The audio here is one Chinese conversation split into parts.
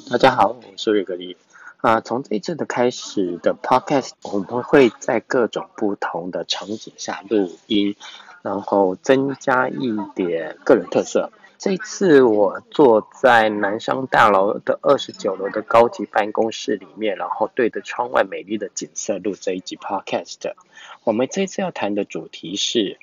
大家好，我是瑞格利。从这一次的开始的 podcast，我们会在各种不同的场景下录音，然后增加一点个人特色。这一次我坐在南商大楼的29楼的高级办公室里面，然后对着窗外美丽的景色录这一集 podcast。我们这次要谈的主题是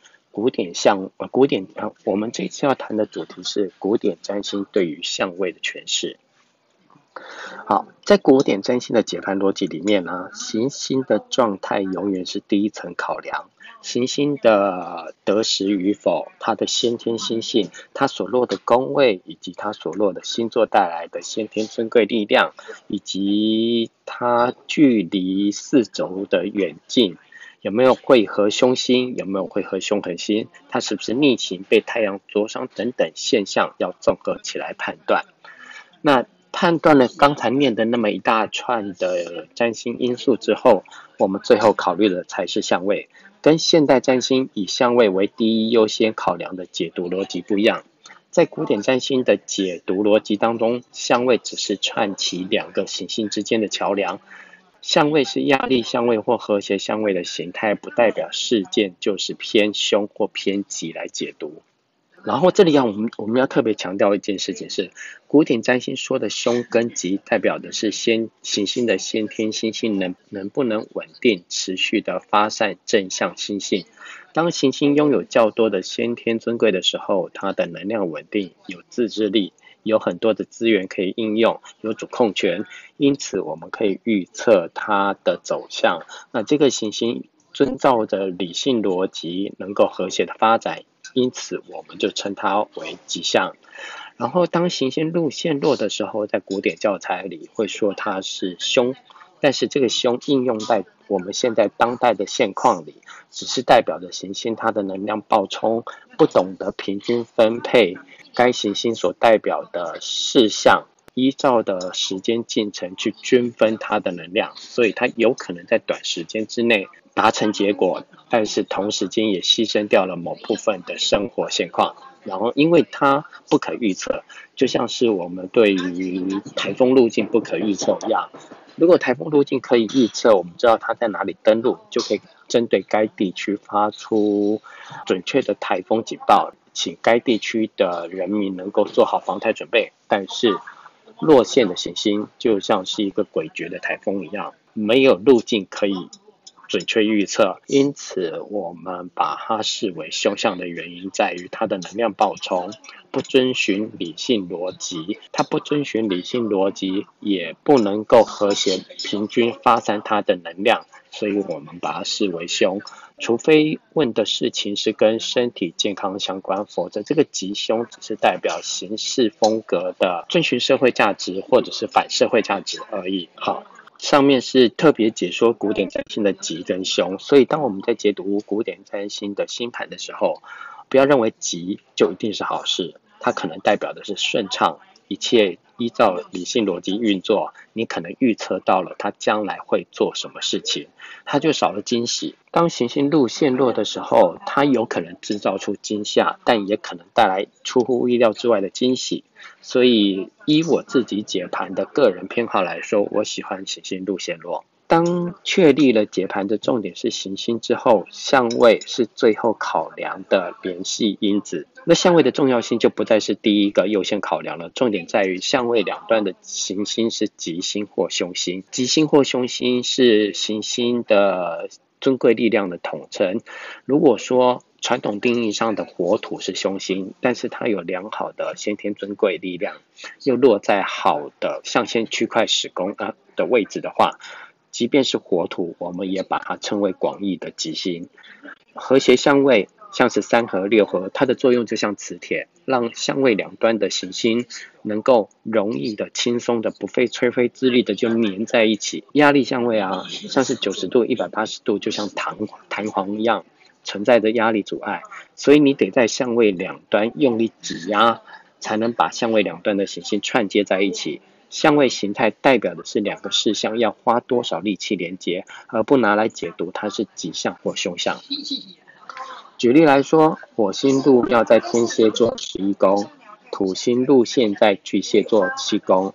我们这次要谈的主题是古典占星对于相位的诠释。好，在古典占星的解盘逻辑里面呢，行星的状态永远是第一层考量。行星的得时与否，它的先天星性，它所落的宫位，以及它所落的星座带来的先天尊贵力量，以及它距离四轴的远近，有没有会合凶星，有没有会合凶恒星，它是不是逆行被太阳灼伤等等现象，要综合起来判断。那判断了刚才念的那么一大串的占星因素之后，我们最后考虑的才是相位，跟现代占星以相位为第一优先考量的解读逻辑不一样。在古典占星的解读逻辑当中，相位只是串起两个行星之间的桥梁，相位是压力相位或和谐相位的形态，不代表事件就是偏凶或偏吉来解读。然后这里我们要特别强调一件事情是，古典占星说的凶跟吉代表的是行星的先天星性能不能稳定持续的发散正向星性。当行星拥有较多的先天尊贵的时候，它的能量稳定，有自制力，有很多的资源可以应用，有主控权，因此我们可以预测它的走向。那这个行星遵照着理性逻辑能够和谐的发展，因此我们就称它为吉象。然后当行星路线弱的时候，在古典教材里会说它是凶，但是这个凶应用在我们现在当代的现况里，只是代表着行星它的能量暴冲，不懂得平均分配该行星所代表的事项，依照的时间进程去均分它的能量，所以它有可能在短时间之内达成结果，但是同时间也牺牲掉了某部分的生活现况。然后因为它不可预测，就像是我们对于台风路径不可预测一样，如果台风路径可以预测，我们知道它在哪里登陆，就可以针对该地区发出准确的台风警报，请该地区的人民能够做好防台准备。但是落线的行星就像是一个诡谲的台风一样，没有路径可以准确预测，因此我们把它视为凶相的原因在于它的能量暴冲，不遵循理性逻辑，它不遵循理性逻辑，也不能够和谐平均发散它的能量，所以我们把它视为凶。除非问的事情是跟身体健康相关，否则这个吉凶只是代表行事风格的遵循社会价值或者是反社会价值而已。好，上面是特别解说古典占星的吉跟凶，所以当我们在解读古典占星的星盘的时候，不要认为吉就一定是好事，它可能代表的是顺畅，一切依照理性逻辑运作，你可能预测到了它将来会做什么事情，它就少了惊喜。当行星路线弱的时候，它有可能制造出惊吓，但也可能带来出乎意料之外的惊喜。所以依我自己解盘的个人偏好来说，我喜欢行星路线弱。当确立了解盘的重点是行星之后，相位是最后考量的联系因子。那相位的重要性就不再是第一个优先考量了，重点在于相位两端的行星是吉星或凶星。吉星或凶星是行星的尊贵力量的统称。如果说传统定义上的火土是凶星，但是它有良好的先天尊贵力量，又落在好的象限区块始宫的位置的话，即便是火土，我们也把它称为广义的吉星。和谐相位像是三合六合，它的作用就像磁铁，让相位两端的行星能够容易的、轻松的、不费吹灰之力的就粘在一起。压力相位像是90度、180度，就像弹簧一样，存在着压力阻碍，所以你得在相位两端用力挤压，才能把相位两端的行星串接在一起。相位形态代表的是两个事项要花多少力气连接，而不拿来解读它是吉象或凶象。举例来说，火星路要在天蝎座11宫，土星路线在巨蟹座7宫，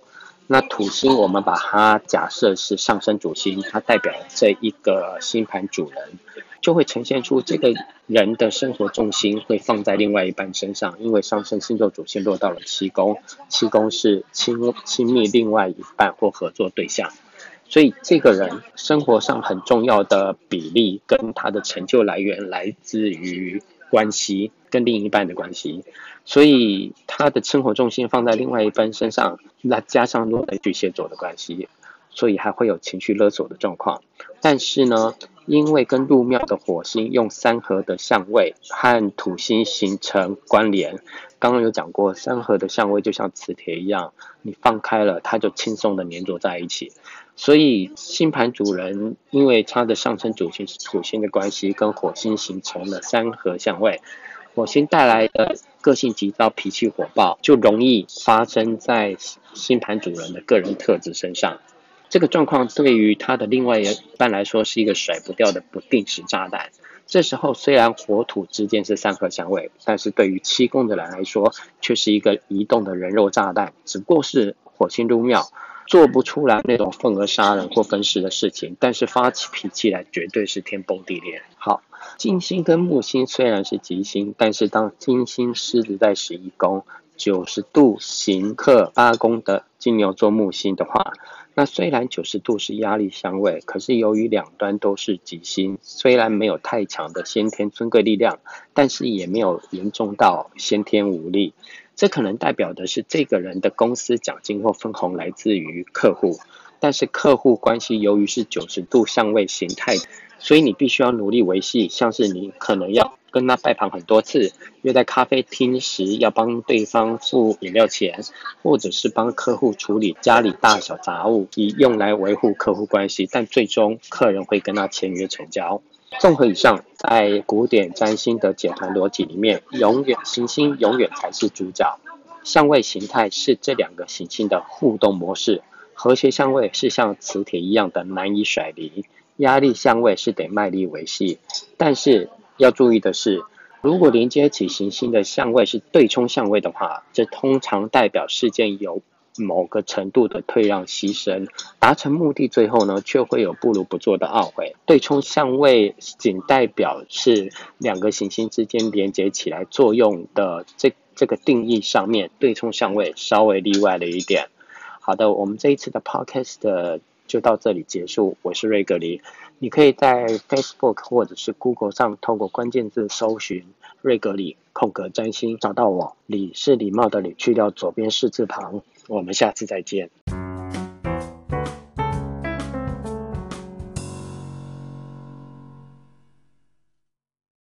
那土星我们把它假设是上升主星，它代表这一个星盘主人，就会呈现出这个人的生活重心会放在另外一半身上，因为上升星座主星落到了七宫，七宫是亲密另外一半或合作对象，所以这个人生活上很重要的比例跟他的成就来源来自于关系，跟另一半的关系，所以他的生活重心放在另外一半身上，那加上落在巨蟹座的关系，所以还会有情绪勒索的状况。但是呢，因为跟入庙的火星用三合的相位和土星形成关联，刚刚有讲过，三合的相位就像磁铁一样，你放开了，它就轻松的粘着在一起。所以星盘主人因为他的上升主星是土星的关系，跟火星形成了三合相位，火星带来的个性急躁、脾气火爆，就容易发生在星盘主人的个人特质身上。这个状况对于他的另外一半来说是一个甩不掉的不定时炸弹。这时候虽然火土之间是三合相位，但是对于七宫的人来说却是一个移动的人肉炸弹，只不过是火星入庙，做不出来那种愤而杀人或分尸的事情，但是发起脾气来绝对是天崩地裂。好，金星跟木星虽然是吉星，但是当金星狮子在11宫90度刑克8宫的金牛座木星的话，那虽然90度是压力相位，可是由于两端都是吉星，虽然没有太强的先天尊贵力量，但是也没有严重到先天无力。这可能代表的是这个人的公司奖金或分红来自于客户，但是客户关系由于是90度相位形态，所以你必须要努力维系，像是你可能要跟他拜访很多次，约在咖啡厅时要帮对方付饮料钱，或者是帮客户处理家里大小杂物，以用来维护客户关系，但最终客人会跟他签约成交。综合以上，在古典占星的解盘逻辑里面，行星永远才是主角，相位形态是这两个行星的互动模式，和谐相位是像磁铁一样的难以甩离，压力相位是得卖力维系。但是要注意的是，如果连接起行星的相位是对冲相位的话，这通常代表事件有某个程度的退让牺牲，达成目的最后呢，却会有不如不做的懊悔。对冲相位仅代表是两个行星之间连接起来作用的这个定义上面，对冲相位稍微例外了一点。好的，我们这一次的 podcast 就到这里结束，我是瑞格里。你可以在 Facebook 或者是 Google 上透过关键字搜寻瑞格里占星找到我，礼是礼貌的礼，去掉左边士字旁。我们下次再见。